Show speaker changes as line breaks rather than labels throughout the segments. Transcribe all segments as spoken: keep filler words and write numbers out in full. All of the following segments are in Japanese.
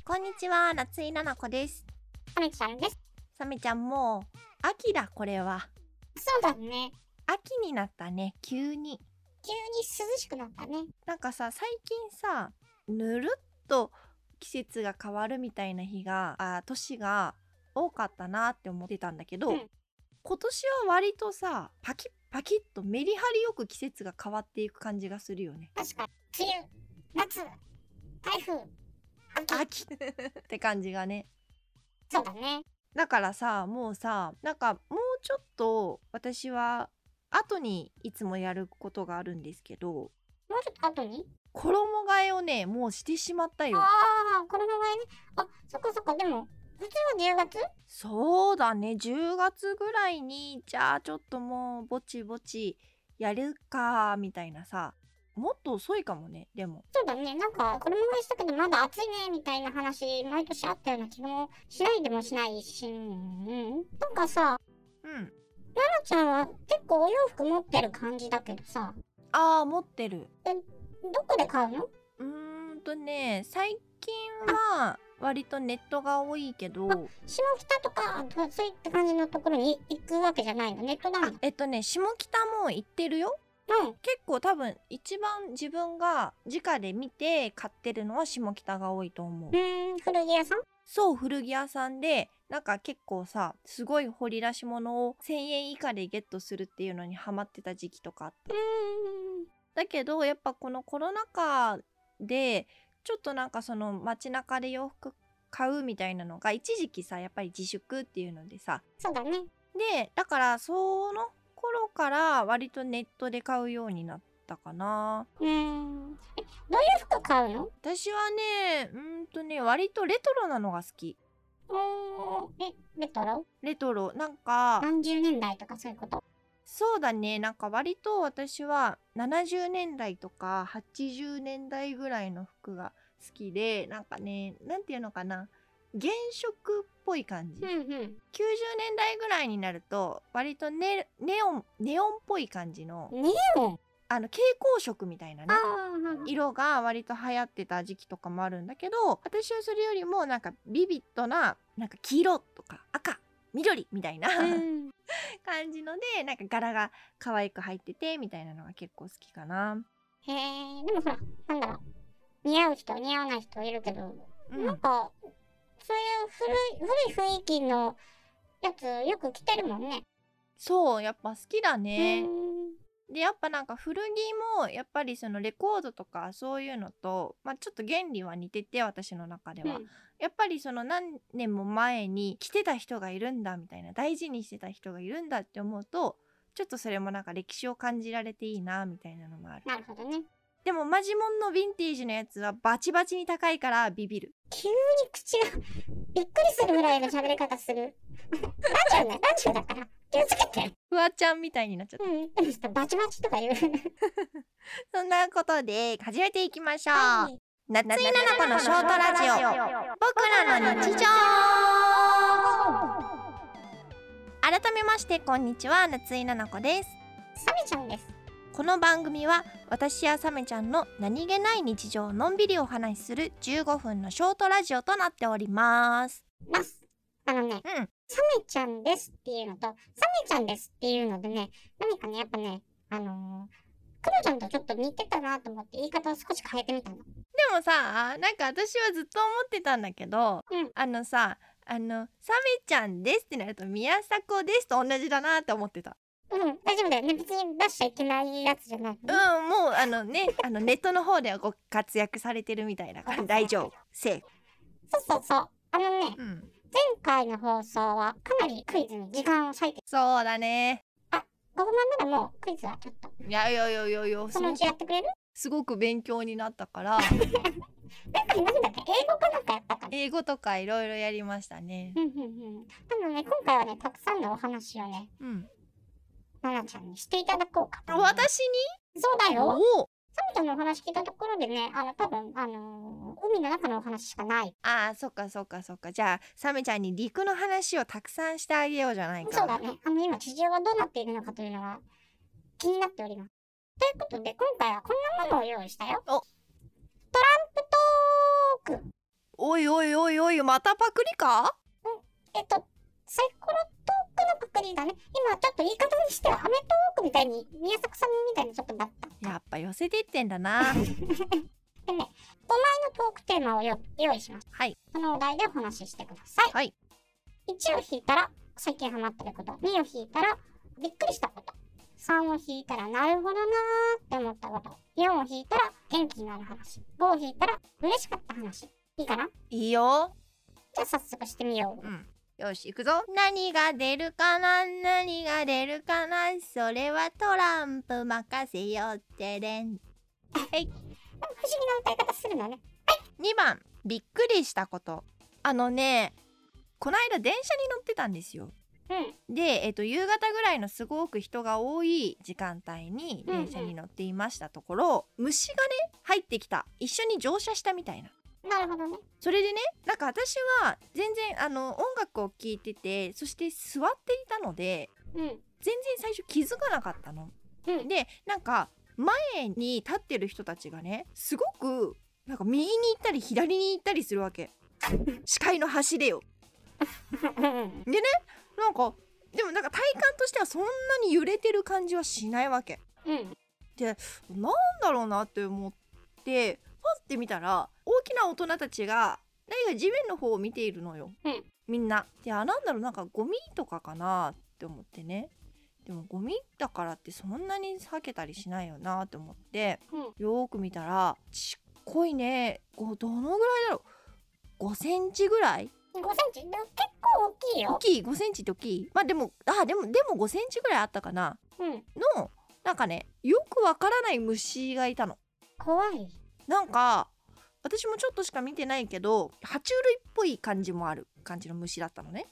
こんにちは、夏井菜々子です。
さめちゃんです。
さめちゃん、もう秋だ。これは
そうだね。
秋になったね。急に
急に涼しくなったね。
なんかさ、最近さ、ぬるっと季節が変わるみたいな日があ年が多かったなって思ってたんだけど、
うん、
今年は割とさ、パキッパキッとメリハリよく季節が変わっていく感じがするよね。
確かに梅雨、夏、台風、秋
って感じがね。
そうだね。
だからさ、もうさ、なんかもうちょっと私は後にいつもやることがあるんですけど、
もうちょっと後に
衣替えをね、もうしてしまったよ。
ああ、このままね。あ、そっかそっか。でも普通はじゅうがつ？
そうだね、じゅうがつぐらいに、じゃあちょっともうぼちぼちやるかみたいなさ。もっと遅いかもね。でも
そうだね。なんかこのまましたけどまだ暑いねみたいな話毎年あったような気もしないでもしないし、うん、なんかさ、
うん
奈々ちゃんは結構お洋服持ってる感じだけどさ、
あー持ってる。
え、どこで買うの？
うーんとね、最近は割とネットが多いけど、
下北とかそういった感じのところに行くわけじゃないの？ネットなんだ。
えっとね、下北も行ってるよ。
うん。
結構多分一番自分が直で見て買ってるのは下北が多いと思う。
うーん、古着屋さん？
そう、古着屋さんで、なんか結構さ、すごい掘り出し物をせんえん以下でゲットするっていうのにハマってた時期とかあった。
うーん。
だけどやっぱこのコロナ禍でちょっとなんかその街中で洋服買うみたいなのが一時期さ、やっぱり自粛っていうのでさ、
そうだね。
でだからその頃から割とネットで買うようになったかな。
うーん。え、どういう服買うの？
私はね、うーんとね、割とレトロなのが好き。
おー、え、レトロ？
レトロなんか
何十年代とかそういうこと？
そうだね、なんか割と私はななじゅうねんだいとかはちじゅうねんだいぐらいの服が好きで、なんかね、なんていうのかな、原色っぽい感じ。
うんうん。
きゅうじゅうねんだいぐらいになると割とネネオンネオンっぽい感じの
ネオン？
あの蛍光色みたいなね
あー、
色が割と流行ってた時期とかもあるんだけど、私はそれよりもなんかビビッドな、なんか黄色とか赤緑みたいな、
うん。
感じので、なんか柄が可愛く入っててみたいなのが結構好きかな。
へえ、でもほら、なんだろう。似合う人、似合わない人いるけど、
うん、
なんか、そういう古い、古い雰囲気のやつよく着てるもんね。
そうやっぱ好きだ
う
ね。
ーん。
でやっぱなんか古着もやっぱりそのレコードとかそういうのと、まあ、ちょっと原理は似てて、私の中では、
うん。
やっぱりその何年も前に着てた人がいるんだみたいな、大事にしてた人がいるんだって思うと、ちょっとそれもなんか歴史を感じられていいなみたいなのもある。
なるほどね。
でもマジモンのヴィンテージのやつはバチバチに高いからビビる。
急に口がびっくりするぐらいの喋り方する。ラジオね、ラジオだから気をつけて。
フワちゃんみたいになっちゃった。
うん、でもさ、バチバチとか言う。
そんなことで始めていきましょう。
はい、
夏井菜々子のショートラジオ、僕らの日常。改めましてこんにちは、夏井菜々子です。
サメちゃんです。
この番組は私やサメちゃんの何気ない日常をのんびりお話しするじゅうごふんのショートラジオとなっております。
ます。あのね、
うん、
サメちゃんですっていうのと、サメちゃんですっていうのでね、何かね、やっぱね、あのー、クロちゃんとちょっと似てたなと思って言い方を少し変えてみたの。
でもさ、なんか私はずっと思ってたんだけど、
うん、
あのさ、あのサメちゃんですってなると宮迫ですと同じだなって思ってた。
うん、大丈夫だよね。別に出しちゃいけないやつじゃない、ね。
うん、もうあのね、あのネットの方ではご活躍されてるみたいだから大丈夫。セーフ。
そうそうそう。あのね、
うん、
前回の放送はかなりクイズに時間を割いて、
そうだね。
あ、ご不満ならもうクイズはちょっと、
いやいやいやいやいや、
そのうちやってくれる？
すごく勉強になったから
なんかなんだっけ、英語かなんかやったかな。
英語とかいろいろやりましたね。
うんうんうん。なので、今回はね、たくさんのお話をね、
うん。
ななちゃんにしていただこうかと。
私に？
そうだよ。
おお。
サメちゃんのお話聞いたところでね、あの、多分、あのー、海の中のお話しかない。
ああ、そっかそっかそっか。じゃあサメちゃんに陸の話をたくさんしてあげようじゃないか。
そうだね。あの、今、地上はどうなっているのかというのが気になっております。ということで、今回はこんなものを用意したよ。
お。
トランプトーク。
おおいおいおいおい、またパクリか？
えっと、サイコロトークのパクリだね。今ちょっと言い方にしてはアメトークみたいに、宮迫さんみたいにちょっとなった。
やっぱ寄せていってんだな。
でね、ごまいのトークテーマをよ用意します。
はい。
そのお題でお話ししてください。
はい。
いちを引いたら最近ハマってること。にを引いたらびっくりしたこと。さんを引いたらなるほどなーって思ったこと。よんを引いたら元気になる話。ごを引いたら嬉しかった話。いいかな？
いいよ。
じゃあ早速してみよう。
うん。よし、行くぞ。何が出るかな、何が出るかな、それはトランプ任せよってれん。はい。
不思議な歌い方するのね。
にばん、びっくりしたこと。あのね、この間電車に乗ってたんですよ。
うん。
で、えっと、夕方ぐらいのすごく人が多い時間帯に電車に乗っていましたところ、うんうん、虫がね入ってきた。一緒に乗車したみたいな。
なるほどね。
それでね、なんか私は全然あの音楽を聴いてて、そして座っていたので、
うん、
全然最初気づかなかったの。
うん、
で、なんか前に立ってる人たちがね、すごくなんか右に行ったり左に行ったりするわけ。視界の端でよ。でね、なんかでもなんか体感としてはそんなに揺れてる感じはしないわけ。
うん、
で、なんだろうなって思ってパッて見たら、大きな大人たちが何か地面の方を見ているのよ、
うん、
みんな。で、あ、なんだろう、なんかゴミとかかなって思ってね。でもゴミだからってそんなに避けたりしないよなって思って、
うん、
よーく見たらちっこいね。ごどのぐらいだろう、ごセンチぐらい。
ごセンチでも結構大きいよ。
大きい。ごセンチって大きい。まあでもあでもでもごセンチぐらいあったかな、
うん、
のなんかね、よくわからない虫がいたの。
怖い。
なんか私もちょっとしか見てないけど、爬虫類っぽい感じもある感じの虫だったのね。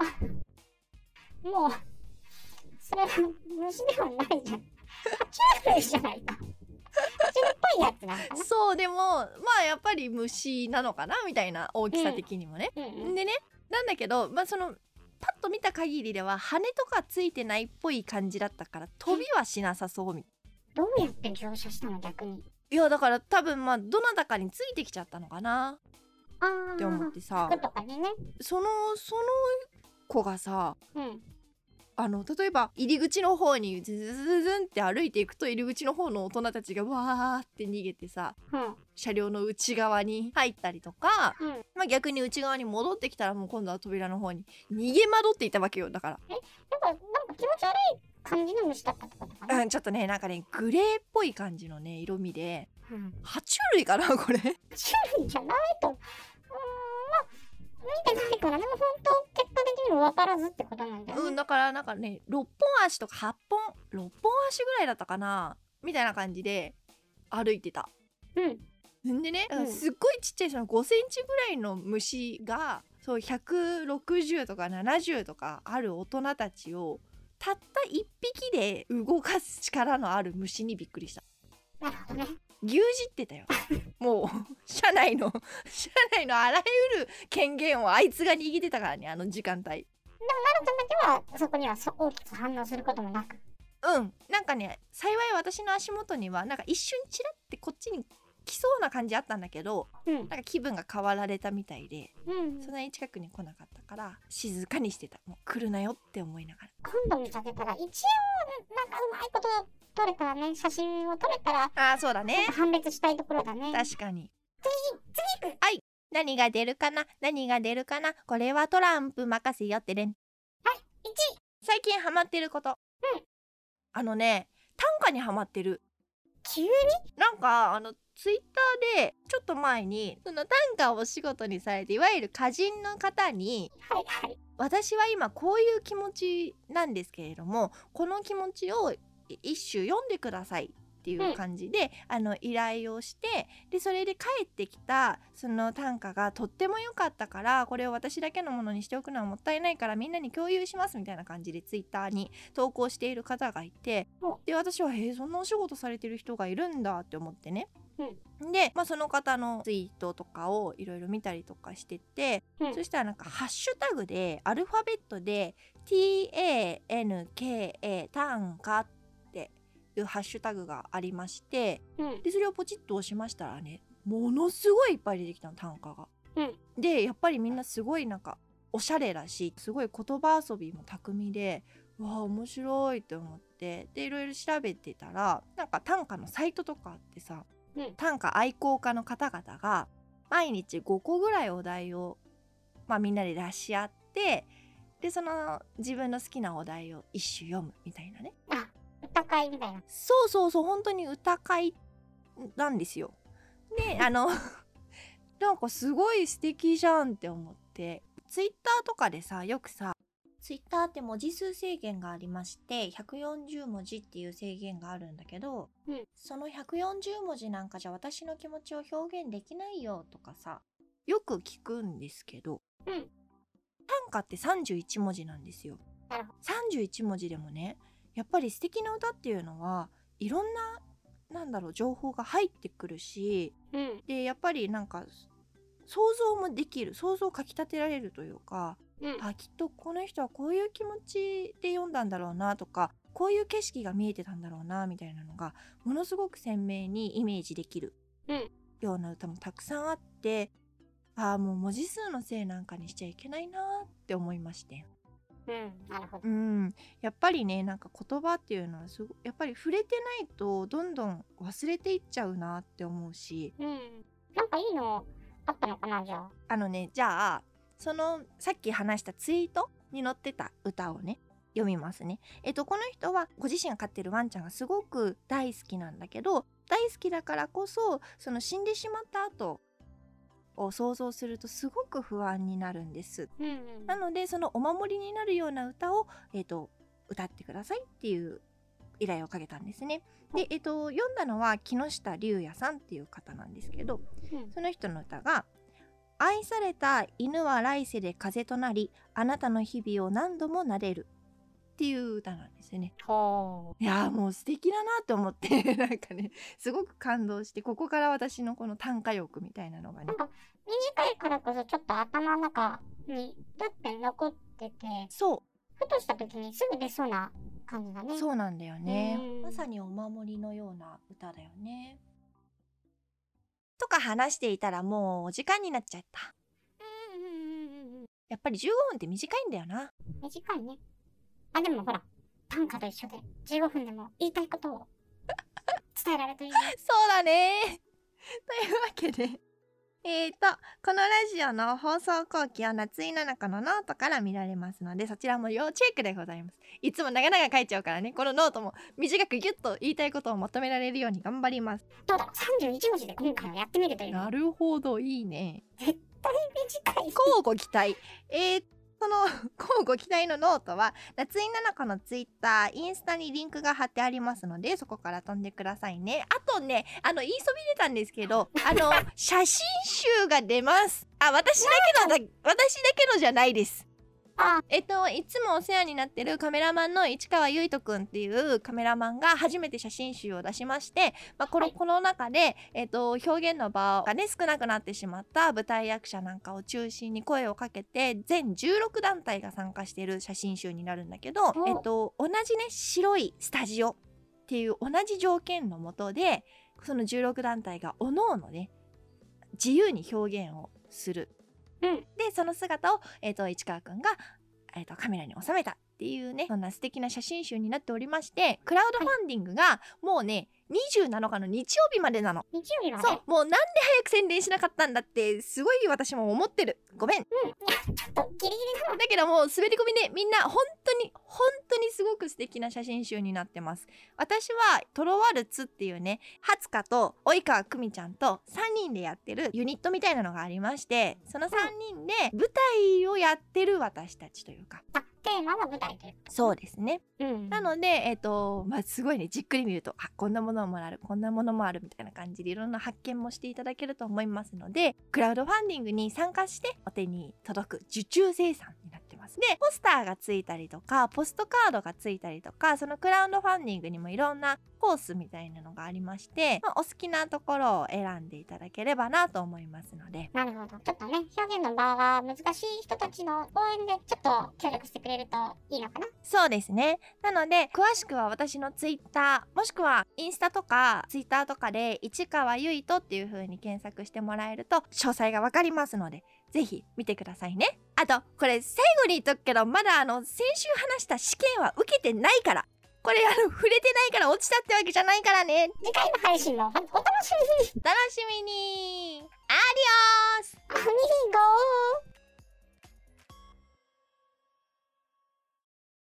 もうそれは虫ではないじゃん。爬虫類じゃないか。爬虫類っぽいやつなのかな。
そうでもまあやっぱり虫なのかなみたいな、大きさ的にもね、
うんうん、
でね、なんだけど、まあそのパッと見た限りでは羽とかついてないっぽい感じだったから飛びはしなさそうみたい
な。どうやって乗車したの逆に。
いやだから多分まあどなたかについてきちゃったのかなって思ってさ、
服とかにね。
そのその子がさ、
うん、
あの例えば入り口の方にズズズズズンって歩いていくと、入り口の方の大人たちがわーって逃げてさ、
うん、車
両の内側に入ったりとか、
うん、
まあ逆に内側に戻ってきたらもう今度は扉の方に逃げ惑っていたわけよ。だから
え、なんかなんか気持ち悪い感じの虫だったってことかな。
うん、ちょっとね、なんかねグレーっぽい感じのね色味で、
うん、
爬虫類かなこれ。
爬虫類じゃないと。うーん、まあ見てないからね、もう本当結果的にも分からずってことなんだよね。
うん、だからなんかねろっぽん足とかはっぽんろっぽん足ぐらいだったかなみたいな感じで歩いてた。
うん。
んでね、
うん、
すっごいちっちゃいそのごセンチぐらいの虫がそうひゃくろくじゅうとかななじゅうとかある大人たちをたったいっぴきで動かす力のある虫にびっくりした。
なるほどね。
牛耳ってたよ。もう社内の社内のあらゆる権限をあいつが握ってたからね、あの時間帯。
でもなるちゃんだけはそこにはそ大きく反応することもなく。
うん、なんかね幸い私の足元にはなんか一瞬チラってこっちに来そうな感じあったんだけど、
うん、
なんか気分が変わられたみたいで、
うん、
そんなに近くに来なかったから静かにしてた。もう来るなよって思いながら。
今度見かけたら一応なんかうまいこと撮れたらね、写真を撮れたら、
ああそうだね、
判別したいところだね。
確かに。
次次行く。
はい、何が出るかな何が出るかな、これはトランプ任せよってれん。
はい、いちい。
最近ハマってること、
うん、
あのね短歌にハマってる。
急に
なんかあのツイッターでちょっと前にその短歌をお仕事にされていわゆる歌人の方に、
はいはい、
私は今こういう気持ちなんですけれども、この気持ちを一首読んでくださいっていう感じで、うん、あの依頼をして、でそれで帰ってきたその短歌がとっても良かったから、これを私だけのものにしておくのはもったいないからみんなに共有しますみたいな感じでツイッターに投稿している方がいて、で私はへえそんなお仕事されてる人がいるんだって思ってね、うん、で、まあ、その方のツイートとかをいろいろ見たりとかしてて、うん、そしたらなんかハッシュタグでアルファベットで タンカ 短歌っていうハッシュタグがありまして、うん、でそれをポチッと押しましたらね、ものすごいいっぱい出てきたの短歌が、うん、 でやっぱりみんなすごいなんかおしゃれだし、すごい言葉遊びも巧みで、わあ面白いって思って、でいろいろ調べてたら、なんか短歌のサイトとかあってさ、
うん、
短歌愛好家の方々が毎日ごこぐらいお題を、まあ、みんなで出し合って、でその自分の好きなお題を一首読むみたいなね。
あ、歌会みたいな。
そうそうそう、本当に歌会なんですよ。であのなんかすごい素敵じゃんって思って、ツイッターとかでさ、よくさ、ツイッターって文字数制限がありまして、ひゃくよんじゅうもじっていう制限があるんだけど、
うん、
そのひゃくよんじゅうもじなんかじゃ私の気持ちを表現できないよとかさ、よく聞くんですけど、
うん、
短歌ってさんじゅういちもじなんですよ。
なるほど。
さんじゅういちもじでもね、やっぱり素敵な歌っていうのはいろんな、なんだろう、情報が入ってくるし、
うん、
でやっぱりなんか想像もできる、想像をかきたてられるというか、
うん、
あ、きっとこの人はこういう気持ちで読んだんだろうなとか、こういう景色が見えてたんだろうなみたいなのがものすごく鮮明にイメージできる
うん、
ような歌もたくさんあって、あーもう文字数のせいなんかにしちゃいけないなって思いまして、
うん、なるほど。
うん、やっぱりね、なんか言葉っていうのはすごやっぱり触れてないとどんどん忘れていっちゃうなって思うし、
うん、なんかいいのあったのかな、じゃあ。
あのね、じゃあそのさっき話したツイートに載ってた歌をね読みますね。えっとこの人はご自身が飼ってるワンちゃんがすごく大好きなんだけど、大好きだからこそその死んでしまった後を想像するとすごく不安になるんです。
うん、うん、
なのでそのお守りになるような歌を、えっと歌ってくださいっていう依頼をかけたんですね。で、えっと読んだのは木下龍也さんっていう方なんですけど、
うん、
その人の歌が、愛された犬は来世で風となり、あなたの日々を何度も撫でるっていう歌なんですよね。
ほ
いやーもう素敵だなって思ってなんかね、すごく感動して、ここから私のこの短歌欲みたいなのがね、
なんか短いからこそちょっと頭の中にプッて残ってて、
そ
ふとした時にすぐ出そうな感じだ
う
ね。
そうなんだよね。
うん
まさにお守りのような歌だよね。とか話していたらもうお時間になっちゃった。
うん、うん、うん、うん、うん。
やっぱりじゅうごふんって短いんだよな。
短いね。あ、でもほら、短歌と一緒でじゅうごふんでも言いたいことを伝えられるといいね。
そうだねというわけで、えーとこのラジオの放送後期は夏井菜々子のノートから見られますので、そちらも要チェックでございます。いつも長々書いちゃうからね、このノートも短くギュッと言いたいことをまとめられるように頑張ります。
どうだろう、さんじゅういちもじで今回はやってみるという。
なるほど、いいね。
絶対短い。
交互期待。えーその交互期待のノートは夏井菜々子のツイッター、インスタにリンクが貼ってありますので、そこから飛んでくださいね。あとね、あの言いそびれたんですけど、あの写真集が出ます。あ、私だけのだ私だけのじゃないです。
あ、
えっといつもお世話になってるカメラマンの市川優斗くんっていうカメラマンが初めて写真集を出しまして、まあ、このこの中で、えっと表現の場がね少なくなってしまった舞台役者なんかを中心に声をかけて全じゅうろくだんたいが参加している写真集になるんだけど、
お
えっと同じね白いスタジオっていう同じ条件のもとでそのじゅうろくだんたいがおのおのね自由に表現をする。
うん、
でその姿を、えー、と市川くんが、えー、とカメラに収めたっていうね、そんな素敵な写真集になっておりまして、クラウドファンディングがもうねにじゅうなのかの日曜日までなの。
日曜日まで。
そう、もうなんで早く宣伝しなかったんだってすごい私も思ってる。ごめん。
うん、いや、ちょっとギリギリなの。
だけどもう滑り込みでみんな本当に本当にすごく素敵な写真集になってます。私はトロワルツっていうね、ハツカと及川久美ちゃんとさんにんでやってるユニットみたいなのがありまして、そのさんにんで舞台をやってる私たちというか、
あ、テーマは舞台というか。
そうですね。
うん。
なので、えっと、まあ、すごいね、じっくり見ると、あ、こんなものもある、こんなものもあるみたいな感じでいろんな発見もしていただけると思いますので、クラウドファンディングに参加してお手に届く受注生産になってます。で、ポスターがついたりとか、ポストカードがついたりとか、そのクラウドファンディングにもいろんなコースみたいなのがありまして、まあ、お好きなところを選んでいただければなと思いますので。
なるほど。ちょっとね、表現の場が難しい人たちの応援でちょっと協力してくれるといいのかな。
そうですね。なので詳しくは私のツイッターもしくはインスタとかツイッターとかで市川ゆいとっていう風に検索してもらえると詳細がわかりますので、ぜひ見てくださいね。あとこれ最後に言っとくけど、まだあの先週話した試験は受けてないから、これあの触れてないから落ちたってわけじゃないからね。
次回の配信のお楽しみに。
楽しみに。アディオース。